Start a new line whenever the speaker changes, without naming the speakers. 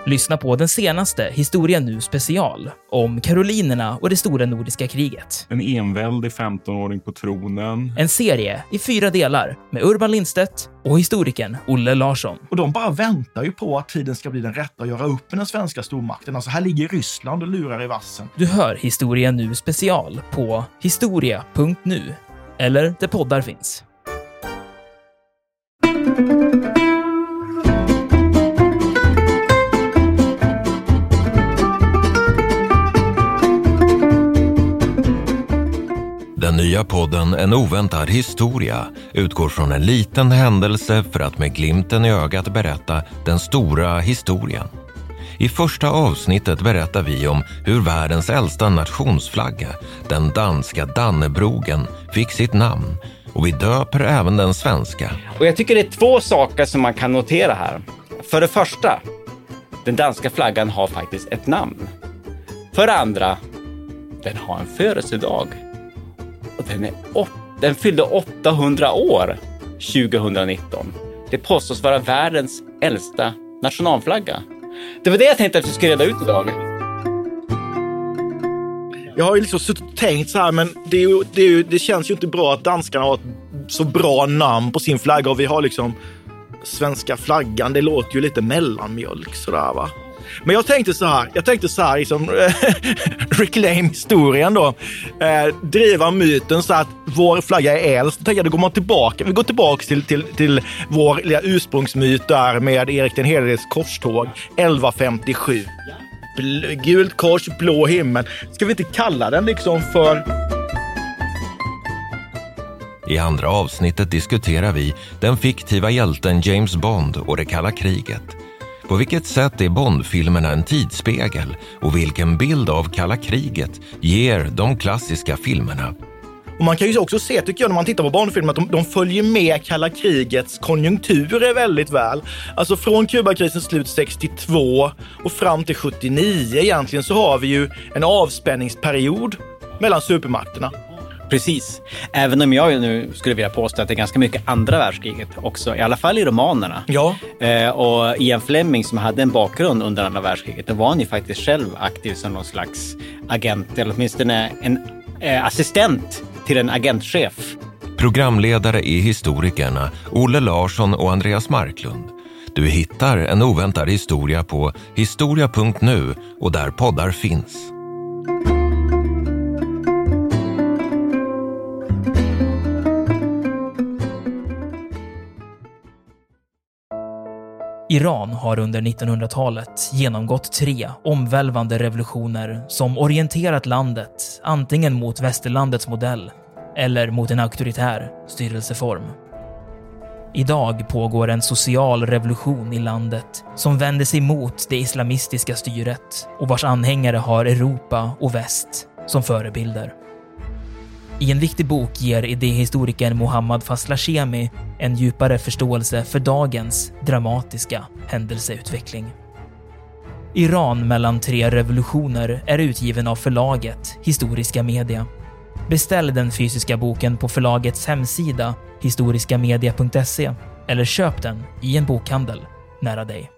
Lyssna på den senaste Historia Nu special om Karolinerna och det stora nordiska kriget.
En enväldig 15-åring på tronen.
En serie i 4 delar med Urban Lindstedt och historikern Olle Larsson.
Och de bara väntar ju på att tiden ska bli den rätta att göra upp med den svenska stormakten. Alltså här ligger Ryssland och lurar i vassen.
Du hör Historia Nu special på historia.nu eller där poddar finns.
Den nya podden En oväntad historia utgår från en liten händelse för att med glimten i ögat berätta den stora historien. I första avsnittet berättar vi om hur världens äldsta nationsflagga, den danska Dannebrogen, fick sitt namn, och vi döper även den svenska.
Och jag tycker det är 2 saker som man kan notera här. För det första, den danska flaggan har faktiskt ett namn. För det andra, den har en födelsedag. Och den fyllde 800 år 2019. Det påstås vara världens äldsta nationalflagga. Det var det jag tänkte att vi skulle reda ut idag.
Jag har ju liksom suttit och tänkt så här, men det känns ju inte bra att danskarna har ett så bra namn på sin flagga, och vi har liksom svenska flaggan. Det låter ju lite mellanmjölk sådär, va? Men jag tänkte så här liksom, reclaim historien då, driva myten så att vår flagga är äldst. Då tänker jag, vi går tillbaka till vår lilla ursprungsmyt där med Erik den heliges korståg 1157. Gult kors, blå himmel. Ska vi inte kalla den liksom för...
I andra avsnittet diskuterar vi den fiktiva hjälten James Bond och det kalla kriget. På vilket sätt är Bondfilmerna en tidsspegel, och vilken bild av kalla kriget ger de klassiska filmerna?
Och man kan ju också se, tycker jag, när man tittar på Bondfilmer, att de följer med kalla krigets konjunkturer väldigt väl. Alltså från Kubakrisens slut 62 och fram till 79 egentligen, så har vi ju en avspänningsperiod mellan supermakterna.
Precis. Även om jag nu skulle vilja påstå att det är ganska mycket andra världskriget också, i alla fall i romanerna.
Ja.
Och Ian Fleming, som hade en bakgrund under andra världskriget, då var han ju faktiskt själv aktiv som någon slags agent, eller åtminstone en assistent till en agentchef.
Programledare är historikerna Olle Larsson och Andreas Marklund. Du hittar En oväntad historia på historia.nu och där poddar finns.
Iran har under 1900-talet genomgått 3 omvälvande revolutioner som orienterat landet antingen mot västerlandets modell eller mot en auktoritär styrelseform. Idag pågår en social revolution i landet som vänder sig mot det islamistiska styret och vars anhängare har Europa och väst som förebilder. I en viktig bok ger idéhistorikern Mohammad Faslashemi en djupare förståelse för dagens dramatiska händelseutveckling. Iran mellan 3 revolutioner är utgiven av förlaget Historiska Media. Beställ den fysiska boken på förlagets hemsida historiskamedia.se eller köp den i en bokhandel nära dig.